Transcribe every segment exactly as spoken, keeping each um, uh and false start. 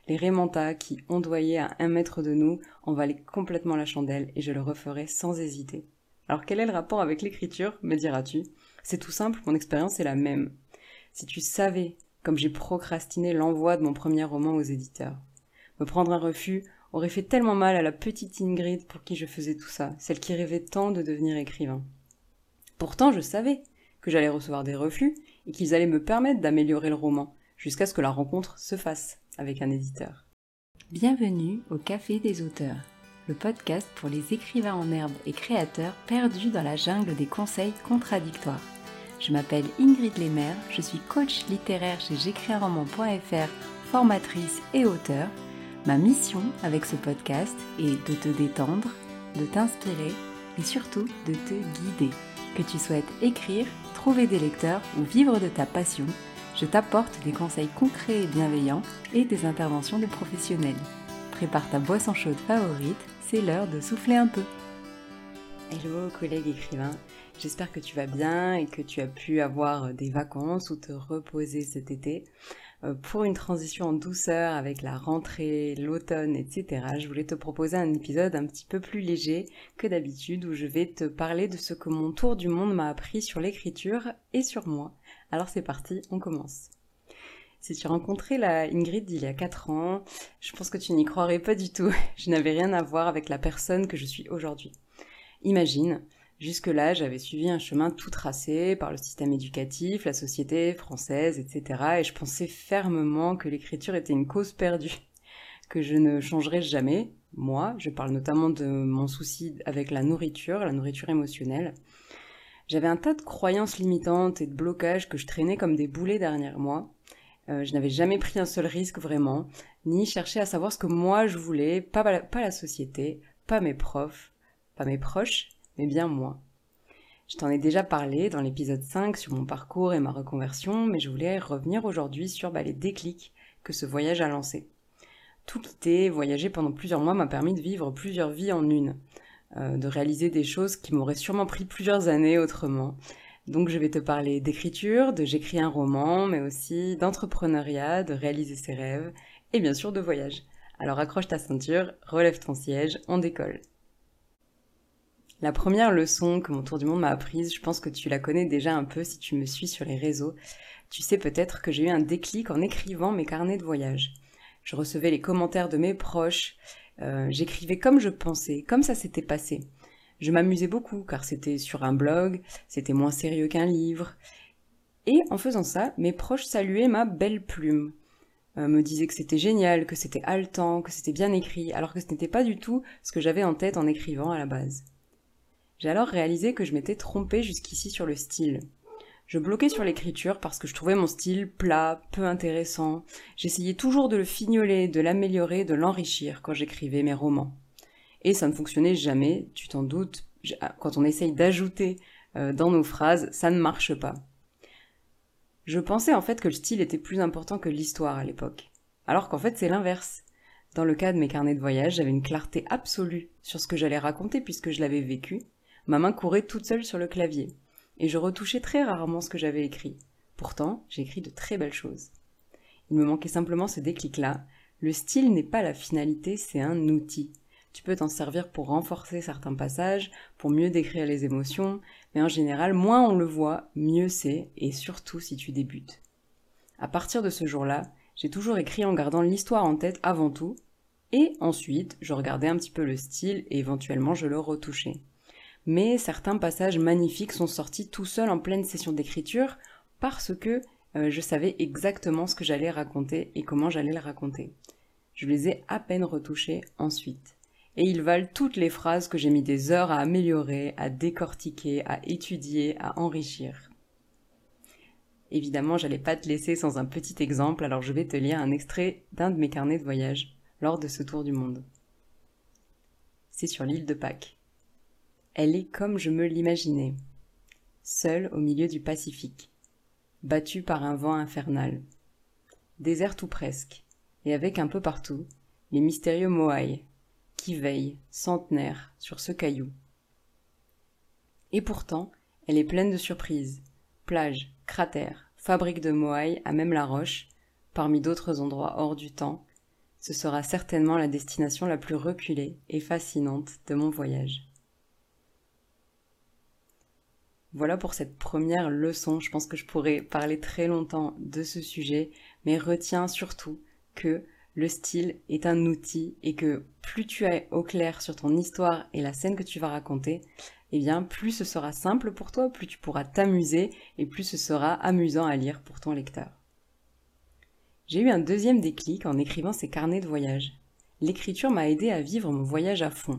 Les raimentas qui ondoyaient à un mètre de nous en valaient complètement la chandelle et je le referais sans hésiter. Alors quel est le rapport avec l'écriture, me diras-tu ? C'est tout simple, mon expérience est la même. Si tu savais comme j'ai procrastiné l'envoi de mon premier roman aux éditeurs. Me prendre un refus aurait fait tellement mal à la petite Ingrid pour qui je faisais tout ça, celle qui rêvait tant de devenir écrivain. Pourtant, je savais que j'allais recevoir des refus et qu'ils allaient me permettre d'améliorer le roman, jusqu'à ce que la rencontre se fasse avec un éditeur. Bienvenue au Café des auteurs, le podcast pour les écrivains en herbe et créateurs perdus dans la jungle des conseils contradictoires. Je m'appelle Ingrid Lemaire, je suis coach littéraire chez j'écris un roman point f r, formatrice et auteure. Ma mission avec ce podcast est de te détendre, de t'inspirer et surtout de te guider. Que tu souhaites écrire, trouver des lecteurs ou vivre de ta passion, je t'apporte des conseils concrets et bienveillants et des interventions de professionnels. Prépare ta boisson chaude favorite, c'est l'heure de souffler un peu. Hello collègues écrivains, j'espère que tu vas bien et que tu as pu avoir des vacances ou te reposer cet été. Pour une transition en douceur avec la rentrée, l'automne, et cetera, je voulais te proposer un épisode un petit peu plus léger que d'habitude où je vais te parler de ce que mon tour du monde m'a appris sur l'écriture et sur moi. Alors c'est parti, on commence. Si tu rencontrais la Ingrid d'il y a quatre ans, je pense que tu n'y croirais pas du tout. Je n'avais rien à voir avec la personne que je suis aujourd'hui. Imagine, jusque-là, j'avais suivi un chemin tout tracé par le système éducatif, la société française, et cetera. Et je pensais fermement que l'écriture était une cause perdue, que je ne changerais jamais. Moi, je parle notamment de mon souci avec la nourriture, la nourriture émotionnelle. J'avais un tas de croyances limitantes et de blocages que je traînais comme des boulets derrière moi. Euh, je n'avais jamais pris un seul risque vraiment, ni cherché à savoir ce que moi je voulais, pas la, pas la société, pas mes profs, pas mes proches, mais bien moi. Je t'en ai déjà parlé dans l'épisode cinq sur mon parcours et ma reconversion, mais je voulais revenir aujourd'hui sur bah, les déclics que ce voyage a lancé. Tout quitter, voyager pendant plusieurs mois m'a permis de vivre plusieurs vies en une, euh, de réaliser des choses qui m'auraient sûrement pris plusieurs années autrement. Donc je vais te parler d'écriture, de j'écris un roman, mais aussi d'entrepreneuriat, de réaliser ses rêves, et bien sûr de voyage. Alors accroche ta ceinture, relève ton siège, on décolle. La première leçon que mon tour du monde m'a apprise, je pense que tu la connais déjà un peu si tu me suis sur les réseaux. Tu sais peut-être que j'ai eu un déclic en écrivant mes carnets de voyage. Je recevais les commentaires de mes proches, euh, j'écrivais comme je pensais, comme ça s'était passé. Je m'amusais beaucoup car c'était sur un blog, c'était moins sérieux qu'un livre. Et en faisant ça, mes proches saluaient ma belle plume. Euh, me disaient que c'était génial, que c'était haletant, que c'était bien écrit, alors que ce n'était pas du tout ce que j'avais en tête en écrivant à la base. J'ai alors réalisé que je m'étais trompée jusqu'ici sur le style. Je bloquais sur l'écriture parce que je trouvais mon style plat, peu intéressant. J'essayais toujours de le fignoler, de l'améliorer, de l'enrichir quand j'écrivais mes romans. Et ça ne fonctionnait jamais, tu t'en doutes, quand on essaye d'ajouter euh, dans nos phrases, ça ne marche pas. Je pensais en fait que le style était plus important que l'histoire à l'époque. Alors qu'en fait c'est l'inverse. Dans le cas de mes carnets de voyage, j'avais une clarté absolue sur ce que j'allais raconter puisque je l'avais vécu. Ma main courait toute seule sur le clavier, et je retouchais très rarement ce que j'avais écrit. Pourtant, j'ai écrit de très belles choses. Il me manquait simplement ce déclic-là. Le style n'est pas la finalité, c'est un outil. Tu peux t'en servir pour renforcer certains passages, pour mieux décrire les émotions, mais en général, moins on le voit, mieux c'est, et surtout si tu débutes. À partir de ce jour-là, j'ai toujours écrit en gardant l'histoire en tête avant tout, et ensuite, je regardais un petit peu le style et éventuellement je le retouchais. Mais certains passages magnifiques sont sortis tout seuls en pleine session d'écriture parce que euh, je savais exactement ce que j'allais raconter et comment j'allais le raconter. Je les ai à peine retouchés ensuite. Et ils valent toutes les phrases que j'ai mis des heures à améliorer, à décortiquer, à étudier, à enrichir. Évidemment, j'allais pas te laisser sans un petit exemple, alors je vais te lire un extrait d'un de mes carnets de voyage lors de ce tour du monde. C'est sur l'île de Pâques. Elle est comme je me l'imaginais, seule au milieu du Pacifique, battue par un vent infernal. Désert ou presque, et avec un peu partout, les mystérieux moaïs, qui veillent, centenaires, sur ce caillou. Et pourtant, elle est pleine de surprises, plages, cratères, fabriques de moaïs à même la roche, parmi d'autres endroits hors du temps, ce sera certainement la destination la plus reculée et fascinante de mon voyage. Voilà pour cette première leçon. Je pense que je pourrais parler très longtemps de ce sujet, mais retiens surtout que le style est un outil et que plus tu es au clair sur ton histoire et la scène que tu vas raconter, eh bien plus ce sera simple pour toi, plus tu pourras t'amuser et plus ce sera amusant à lire pour ton lecteur. J'ai eu un deuxième déclic en écrivant ces carnets de voyage. L'écriture m'a aidé à vivre mon voyage à fond.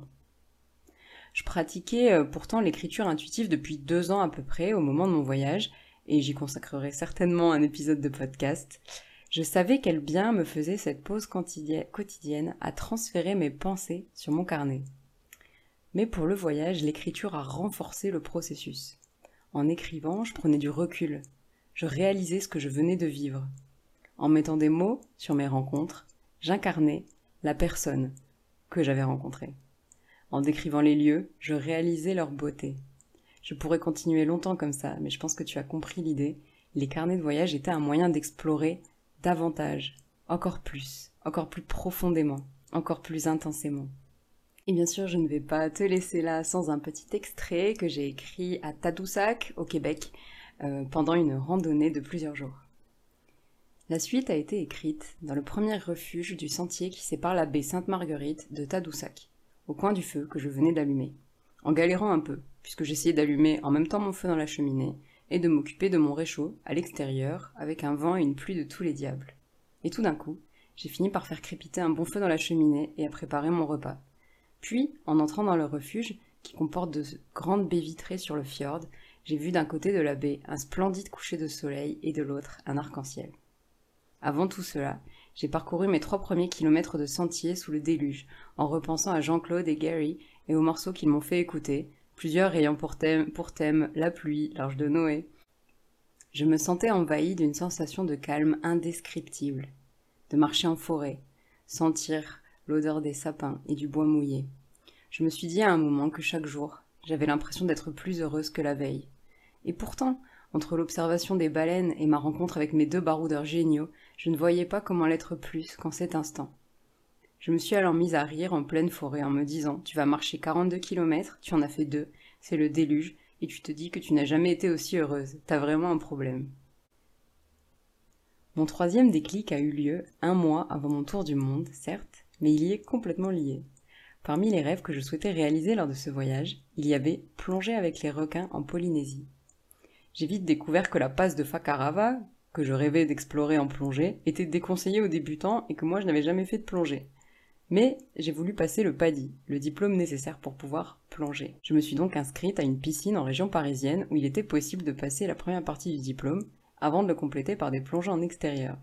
Je pratiquais pourtant l'écriture intuitive depuis deux ans à peu près au moment de mon voyage, et j'y consacrerai certainement un épisode de podcast. Je savais quel bien me faisait cette pause quotidienne à transférer mes pensées sur mon carnet. Mais pour le voyage, l'écriture a renforcé le processus. En écrivant, je prenais du recul. Je réalisais ce que je venais de vivre. En mettant des mots sur mes rencontres, j'incarnais la personne que j'avais rencontrée. En décrivant les lieux, je réalisais leur beauté. Je pourrais continuer longtemps comme ça, mais je pense que tu as compris l'idée. Les carnets de voyage étaient un moyen d'explorer davantage, encore plus, encore plus profondément, encore plus intensément. Et bien sûr, je ne vais pas te laisser là sans un petit extrait que j'ai écrit à Tadoussac, au Québec, euh, pendant une randonnée de plusieurs jours. La suite a été écrite dans le premier refuge du sentier qui sépare la baie Sainte-Marguerite de Tadoussac, au coin du feu que je venais d'allumer, en galérant un peu, puisque j'essayais d'allumer en même temps mon feu dans la cheminée et de m'occuper de mon réchaud à l'extérieur avec un vent et une pluie de tous les diables. Et tout d'un coup, j'ai fini par faire crépiter un bon feu dans la cheminée et à préparer mon repas. Puis, en entrant dans le refuge, qui comporte de grandes baies vitrées sur le fjord, j'ai vu d'un côté de la baie un splendide coucher de soleil et de l'autre un arc-en-ciel. Avant tout cela, j'ai parcouru mes trois premiers kilomètres de sentier sous le déluge, en repensant à Jean-Claude et Gary et aux morceaux qu'ils m'ont fait écouter, plusieurs ayant pour thème, pour thème la pluie, l'arche de Noé. Je me sentais envahie d'une sensation de calme indescriptible, de marcher en forêt, sentir l'odeur des sapins et du bois mouillé. Je me suis dit à un moment que chaque jour, j'avais l'impression d'être plus heureuse que la veille. Et pourtant, entre l'observation des baleines et ma rencontre avec mes deux baroudeurs géniaux, je ne voyais pas comment l'être plus qu'en cet instant. Je me suis alors mise à rire en pleine forêt en me disant « Tu vas marcher quarante-deux kilomètres, tu en as fait deux, c'est le déluge, et tu te dis que tu n'as jamais été aussi heureuse, t'as vraiment un problème. » Mon troisième déclic a eu lieu un mois avant mon tour du monde, certes, mais il y est complètement lié. Parmi les rêves que je souhaitais réaliser lors de ce voyage, il y avait plonger avec les requins en Polynésie. J'ai vite découvert que la passe de Fakarava, que je rêvais d'explorer en plongée, était déconseillée aux débutants et que moi je n'avais jamais fait de plongée. Mais j'ai voulu passer le PADI, le diplôme nécessaire pour pouvoir plonger. Je me suis donc inscrite à une piscine en région parisienne où il était possible de passer la première partie du diplôme avant de le compléter par des plongées en extérieur.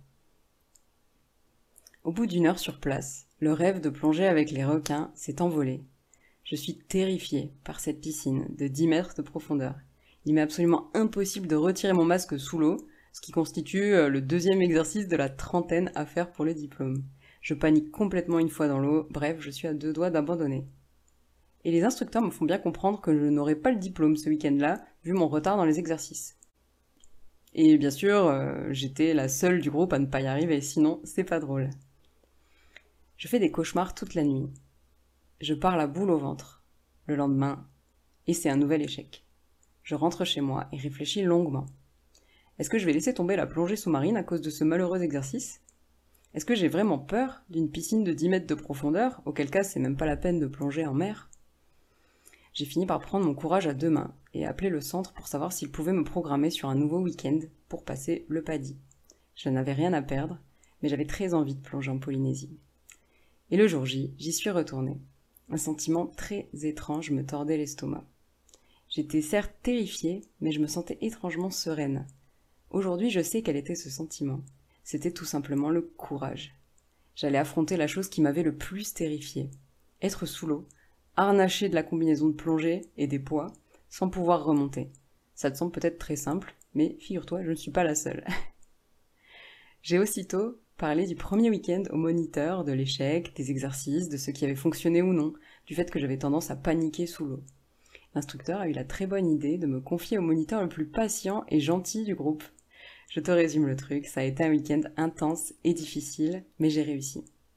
Au bout d'une heure sur place, le rêve de plonger avec les requins s'est envolé. Je suis terrifiée par cette piscine de dix mètres de profondeur. Il m'est absolument impossible de retirer mon masque sous l'eau, ce qui constitue le deuxième exercice de la trentaine à faire pour le diplôme. Je panique complètement une fois dans l'eau, bref, je suis à deux doigts d'abandonner. Et les instructeurs me font bien comprendre que je n'aurai pas le diplôme ce week-end-là, vu mon retard dans les exercices. Et bien sûr, euh, j'étais la seule du groupe à ne pas y arriver, sinon c'est pas drôle. Je fais des cauchemars toute la nuit. Je pars la boule au ventre, le lendemain, et c'est un nouvel échec. Je rentre chez moi et réfléchis longuement. Est-ce que je vais laisser tomber la plongée sous-marine à cause de ce malheureux exercice ? Est-ce que j'ai vraiment peur d'une piscine de dix mètres de profondeur, auquel cas c'est même pas la peine de plonger en mer ? J'ai fini par prendre mon courage à deux mains et appeler le centre pour savoir s'ils pouvaient me programmer sur un nouveau week-end pour passer le PADI. Je n'avais rien à perdre, mais j'avais très envie de plonger en Polynésie. Et le jour J, j'y suis retournée. Un sentiment très étrange me tordait l'estomac. J'étais certes terrifiée, mais je me sentais étrangement sereine. Aujourd'hui, je sais quel était ce sentiment. C'était tout simplement le courage. J'allais affronter la chose qui m'avait le plus terrifiée. Être sous l'eau, harnaché de la combinaison de plongée et des poids, sans pouvoir remonter. Ça te semble peut-être très simple, mais figure-toi, je ne suis pas la seule. J'ai aussitôt parlé du premier week-end au moniteur, de l'échec, des exercices, de ce qui avait fonctionné ou non, du fait que j'avais tendance à paniquer sous l'eau. L'instructeur a eu la très bonne idée de me confier au moniteur le plus patient et gentil du groupe. Je te résume le truc, ça a été un week-end intense et difficile, mais j'ai réussi.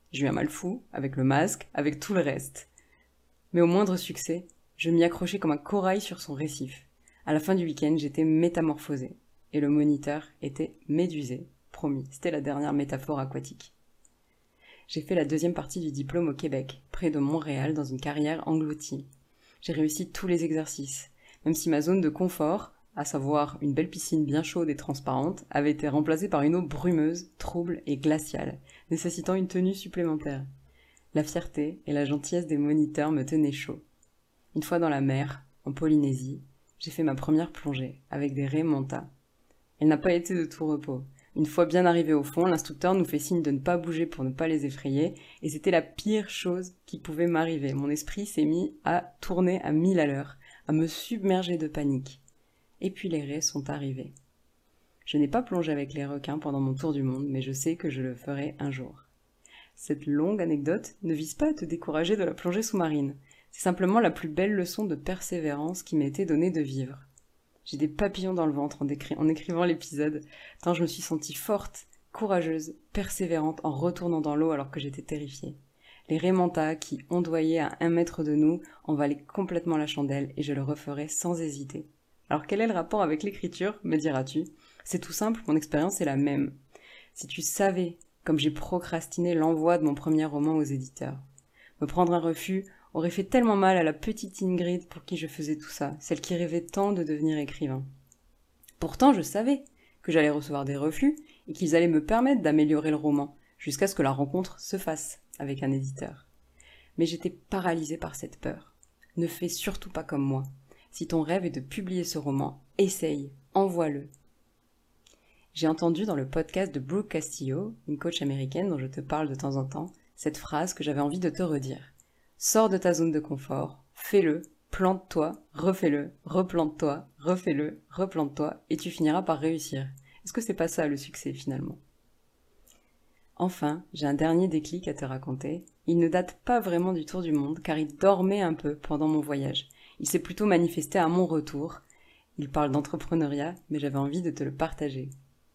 J'ai eu un mal fou, avec le masque, avec tout le reste. Mais au moindre succès, je m'y accrochais comme un corail sur son récif. À la fin du week-end, j'étais métamorphosée. Et le moniteur était médusé. Promis, c'était la dernière métaphore aquatique. J'ai fait la deuxième partie du diplôme au Québec, près de Montréal, dans une carrière engloutie. J'ai réussi tous les exercices, même si ma zone de confort, à savoir une belle piscine bien chaude et transparente, avait été remplacée par une eau brumeuse, trouble et glaciale, nécessitant une tenue supplémentaire. La fierté et la gentillesse des moniteurs me tenaient chaud. Une fois dans la mer, en Polynésie, j'ai fait ma première plongée, avec des raies manta. Elle n'a pas été de tout repos. Une fois bien arrivé au fond, l'instructeur nous fait signe de ne pas bouger pour ne pas les effrayer, et c'était la pire chose qui pouvait m'arriver. Mon esprit s'est mis à tourner à mille à l'heure, à me submerger de panique. Et puis les raies sont arrivées. Je n'ai pas plongé avec les requins pendant mon tour du monde, mais je sais que je le ferai un jour. Cette longue anecdote ne vise pas à te décourager de la plongée sous-marine. C'est simplement la plus belle leçon de persévérance qui m'a été donnée de vivre. J'ai des papillons dans le ventre en, décri- en écrivant l'épisode, tant je me suis sentie forte, courageuse, persévérante en retournant dans l'eau alors que j'étais terrifiée. Les raies manta qui ondoyaient à un mètre de nous en valaient complètement la chandelle et je le referai sans hésiter. Alors quel est le rapport avec l'écriture, me diras-tu ? C'est tout simple, mon expérience est la même. Si tu savais comme j'ai procrastiné l'envoi de mon premier roman aux éditeurs. Me prendre un refus aurait fait tellement mal à la petite Ingrid pour qui je faisais tout ça, celle qui rêvait tant de devenir écrivain. Pourtant, je savais que j'allais recevoir des refus et qu'ils allaient me permettre d'améliorer le roman, jusqu'à ce que la rencontre se fasse avec un éditeur. Mais j'étais paralysée par cette peur. Ne fais surtout pas comme moi. Si ton rêve est de publier ce roman, essaye, envoie-le. J'ai entendu dans le podcast de Brooke Castillo, une coach américaine dont je te parle de temps en temps, cette phrase que j'avais envie de te redire. Sors de ta zone de confort, fais-le, plante-toi, refais-le, replante-toi, refais-le, replante-toi, et tu finiras par réussir. Est-ce que c'est pas ça le succès finalement ? Enfin, j'ai un dernier déclic à te raconter. Il ne date pas vraiment du tour du monde, car il dormait un peu pendant mon voyage. Il s'est plutôt manifesté à mon retour. Il parle d'entrepreneuriat, mais j'avais envie de te le partager.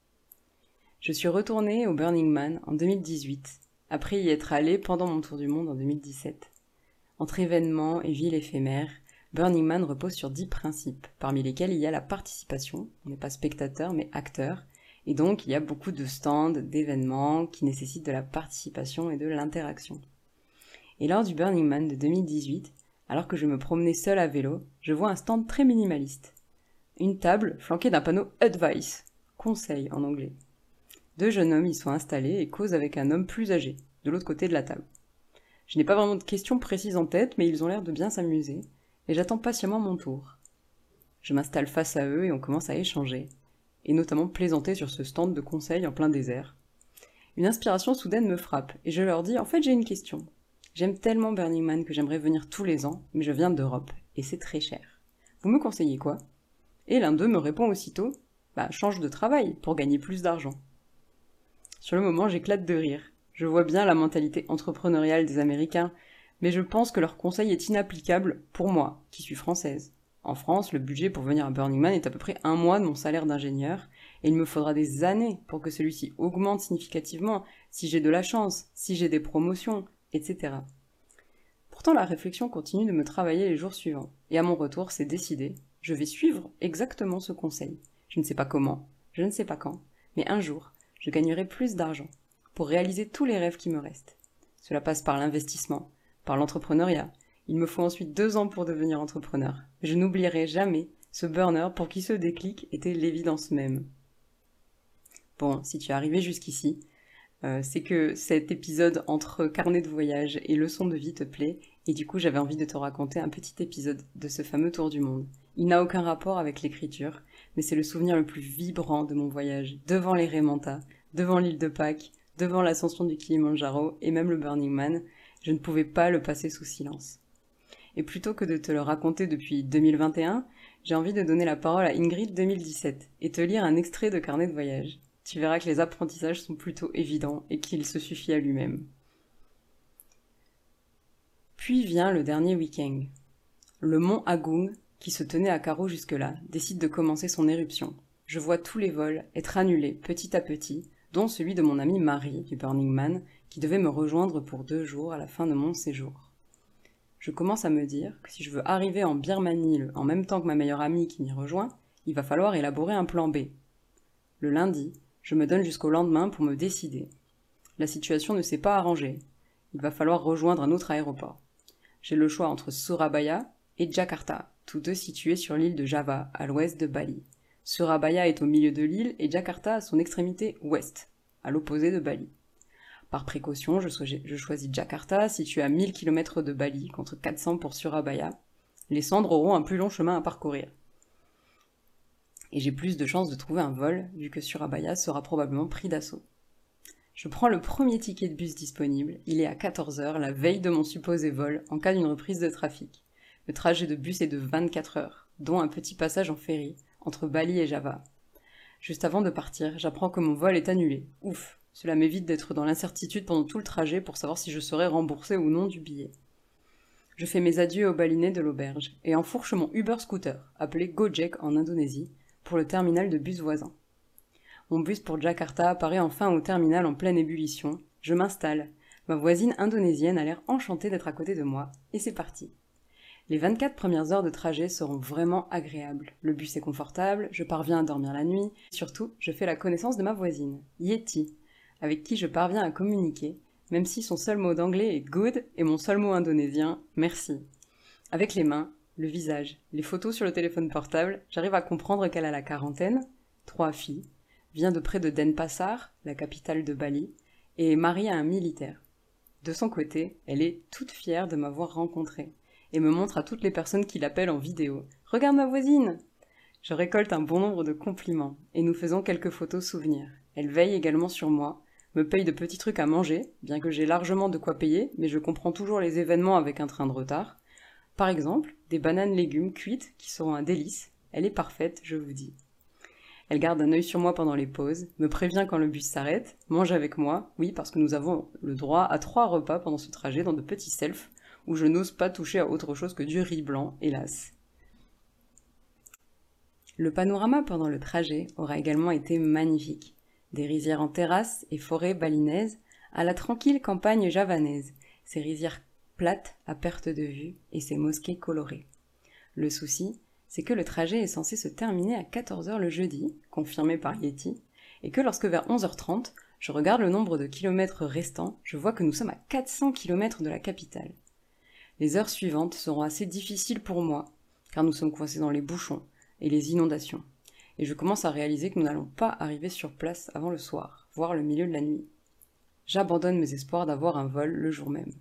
Je suis retournée au Burning Man en deux mille dix-huit, après y être allée pendant mon tour du monde en deux mille dix-sept. Entre événements et villes éphémères, Burning Man repose sur dix principes, parmi lesquels il y a la participation, on n'est pas spectateur mais acteur, et donc il y a beaucoup de stands, d'événements qui nécessitent de la participation et de l'interaction. Et lors du Burning Man de deux mille dix-huit, alors que je me promenais seule à vélo, je vois un stand très minimaliste. Une table flanquée d'un panneau « Advice », conseil en anglais. Deux jeunes hommes y sont installés et causent avec un homme plus âgé, de l'autre côté de la table. Je n'ai pas vraiment de questions précises en tête, mais ils ont l'air de bien s'amuser, et j'attends patiemment mon tour. Je m'installe face à eux et on commence à échanger, et notamment plaisanter sur ce stand de conseils en plein désert. Une inspiration soudaine me frappe, et je leur dis « En fait, j'ai une question. J'aime tellement Burning Man que j'aimerais venir tous les ans, mais je viens d'Europe, et c'est très cher. Vous me conseillez quoi ?» Et l'un d'eux me répond aussitôt « Bah, change de travail pour gagner plus d'argent. » Sur le moment, j'éclate de rire. Je vois bien la mentalité entrepreneuriale des Américains, mais je pense que leur conseil est inapplicable pour moi, qui suis française. En France, le budget pour venir à Burning Man est à peu près un mois de mon salaire d'ingénieur, et il me faudra des années pour que celui-ci augmente significativement, si j'ai de la chance, si j'ai des promotions, et cetera. Pourtant, la réflexion continue de me travailler les jours suivants, et à mon retour, c'est décidé, je vais suivre exactement ce conseil. Je ne sais pas comment, je ne sais pas quand, mais un jour, je gagnerai plus d'argent pour réaliser tous les rêves qui me restent. Cela passe par l'investissement, par l'entrepreneuriat. Il me faut ensuite deux ans pour devenir entrepreneur. Je n'oublierai jamais ce burner pour qui ce déclic était l'évidence même. Bon, si tu es arrivé jusqu'ici, euh, c'est que cet épisode entre carnet de voyage et leçon de vie te plaît, et du coup j'avais envie de te raconter un petit épisode de ce fameux tour du monde. Il n'a aucun rapport avec l'écriture, mais c'est le souvenir le plus vibrant de mon voyage, devant les raies manta, devant l'île de Pâques, devant l'ascension du Kilimandjaro et même le Burning Man. Je ne pouvais pas le passer sous silence. Et plutôt que de te le raconter depuis deux mille vingt et un, j'ai envie de donner la parole à Ingrid deux mille dix-sept et te lire un extrait de carnet de voyage. Tu verras que les apprentissages sont plutôt évidents et qu'il se suffit à lui-même. Puis vient le dernier week-end. Le mont Agung, qui se tenait à carreau jusque-là, décide de commencer son éruption. Je vois tous les vols être annulés petit à petit, dont celui de mon amie Marie du Burning Man, qui devait me rejoindre pour deux jours à la fin de mon séjour. Je commence à me dire que si je veux arriver en Birmanie en même temps que ma meilleure amie qui m'y rejoint, il va falloir élaborer un plan B. Le lundi, je me donne jusqu'au lendemain pour me décider. La situation ne s'est pas arrangée. Il va falloir rejoindre un autre aéroport. J'ai le choix entre Surabaya et Jakarta, tous deux situés sur l'île de Java, à l'ouest de Bali. Surabaya est au milieu de l'île et Jakarta à son extrémité ouest, à l'opposé de Bali. Par précaution, je, so- je choisis Jakarta, situé à mille kilomètres de Bali, contre quatre cents pour Surabaya. Les cendres auront un plus long chemin à parcourir. Et j'ai plus de chances de trouver un vol, vu que Surabaya sera probablement pris d'assaut. Je prends le premier ticket de bus disponible, il est à quatorze heures, la veille de mon supposé vol, en cas d'une reprise de trafic. Le trajet de bus est de vingt-quatre heures, dont un petit passage en ferry, entre Bali et Java. Juste avant de partir, j'apprends que mon vol est annulé. Ouf, cela m'évite d'être dans l'incertitude pendant tout le trajet pour savoir si je serai remboursé ou non du billet. Je fais mes adieux au balinais de l'auberge, et enfourche mon Uber scooter, appelé Gojek en Indonésie, pour le terminal de bus voisin. Mon bus pour Jakarta apparaît enfin au terminal en pleine ébullition. Je m'installe. Ma voisine indonésienne a l'air enchantée d'être à côté de moi, et c'est parti. Les vingt-quatre premières heures de trajet seront vraiment agréables. Le bus est confortable, je parviens à dormir la nuit. Surtout, je fais la connaissance de ma voisine, Yeti, avec qui je parviens à communiquer, même si son seul mot d'anglais est good et mon seul mot indonésien, merci. Avec les mains, le visage, les photos sur le téléphone portable, j'arrive à comprendre qu'elle a la quarantaine, trois filles, vient de près de Denpasar, la capitale de Bali, et est mariée à un militaire. De son côté, elle est toute fière de m'avoir rencontrée, et me montre à toutes les personnes qui l'appellent en vidéo. « Regarde ma voisine !» Je récolte un bon nombre de compliments, et nous faisons quelques photos souvenirs. Elle veille également sur moi, me paye de petits trucs à manger, bien que j'ai largement de quoi payer, mais je comprends toujours les événements avec un train de retard. Par exemple, des bananes légumes cuites qui seront un délice. Elle est parfaite, je vous dis. Elle garde un œil sur moi pendant les pauses, me prévient quand le bus s'arrête, mange avec moi, oui, parce que nous avons le droit à trois repas pendant ce trajet dans de petits selfs, où je n'ose pas toucher à autre chose que du riz blanc, hélas. Le panorama pendant le trajet aura également été magnifique. Des rizières en terrasse et forêts balinaises, à la tranquille campagne javanaise, ces rizières plates à perte de vue et ces mosquées colorées. Le souci, c'est que le trajet est censé se terminer à quatorze heures le jeudi, confirmé par Yeti, et que lorsque vers onze heures trente, je regarde le nombre de kilomètres restants, je vois que nous sommes à quatre cents kilomètres de la capitale. Les heures suivantes seront assez difficiles pour moi, car nous sommes coincés dans les bouchons et les inondations, et je commence à réaliser que nous n'allons pas arriver sur place avant le soir, voire le milieu de la nuit. J'abandonne mes espoirs d'avoir un vol le jour même.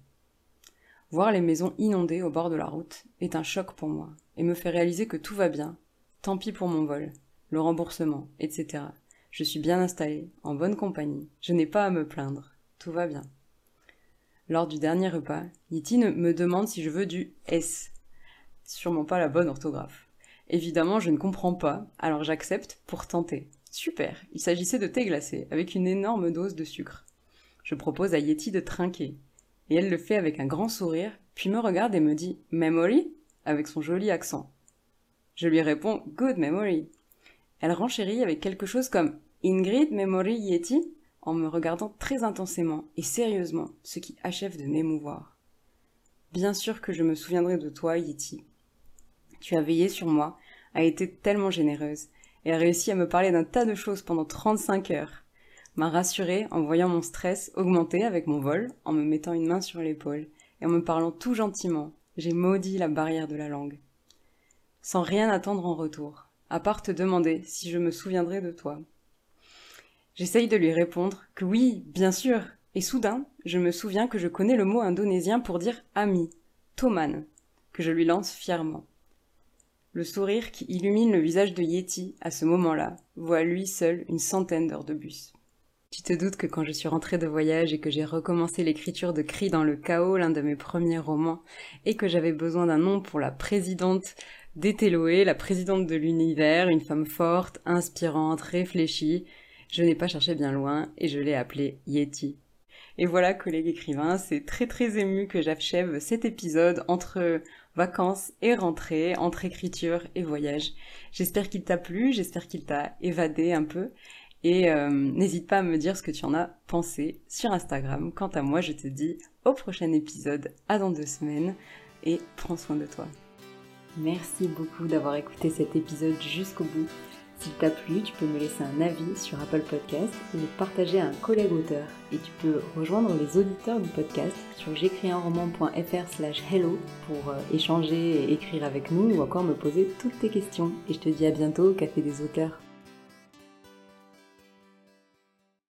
Voir les maisons inondées au bord de la route est un choc pour moi, et me fait réaliser que tout va bien, tant pis pour mon vol, le remboursement, et cetera. Je suis bien installée, en bonne compagnie, je n'ai pas à me plaindre, tout va bien. Lors du dernier repas, Yeti me demande si je veux du S. Sûrement pas la bonne orthographe. Évidemment, je ne comprends pas, alors j'accepte pour tenter. Super, il s'agissait de thé glacé, avec une énorme dose de sucre. Je propose à Yeti de trinquer, et elle le fait avec un grand sourire, puis me regarde et me dit « Memory ?» avec son joli accent. Je lui réponds « Good memory ». Elle renchérit avec quelque chose comme « Ingrid Memory Yeti ?» en me regardant très intensément et sérieusement, ce qui achève de m'émouvoir. Bien sûr que je me souviendrai de toi, Yeti. Tu as veillé sur moi, as été tellement généreuse, et as réussi à me parler d'un tas de choses pendant trente-cinq heures. M'a rassurée en voyant mon stress augmenter avec mon vol, en me mettant une main sur l'épaule, et en me parlant tout gentiment. J'ai maudit la barrière de la langue. Sans rien attendre en retour, à part te demander si je me souviendrai de toi. J'essaye de lui répondre que oui, bien sûr, et soudain, je me souviens que je connais le mot indonésien pour dire ami, toman, que je lui lance fièrement. Le sourire qui illumine le visage de Yeti à ce moment-là vaut à lui seul une centaine d'heures de bus. Tu te doutes que quand je suis rentrée de voyage et que j'ai recommencé l'écriture de Cris dans le chaos, l'un de mes premiers romans, et que j'avais besoin d'un nom pour la présidente d'Eteloé, la présidente de l'univers, une femme forte, inspirante, réfléchie, je n'ai pas cherché bien loin et je l'ai appelée Yeti. Et voilà, collègues écrivains, c'est très très ému que j'achève cet épisode entre vacances et rentrée, entre écriture et voyage. J'espère qu'il t'a plu, j'espère qu'il t'a évadé un peu. Et euh, n'hésite pas à me dire ce que tu en as pensé sur Instagram. Quant à moi, je te dis au prochain épisode, à dans deux semaines, et prends soin de toi. Merci beaucoup d'avoir écouté cet épisode jusqu'au bout. S'il t'a plu, tu peux me laisser un avis sur Apple Podcast ou le partager à un collègue auteur. Et tu peux rejoindre les auditeurs du podcast sur j'écris un roman point f r slash hello pour échanger et écrire avec nous ou encore me poser toutes tes questions. Et je te dis à bientôt au Café des auteurs.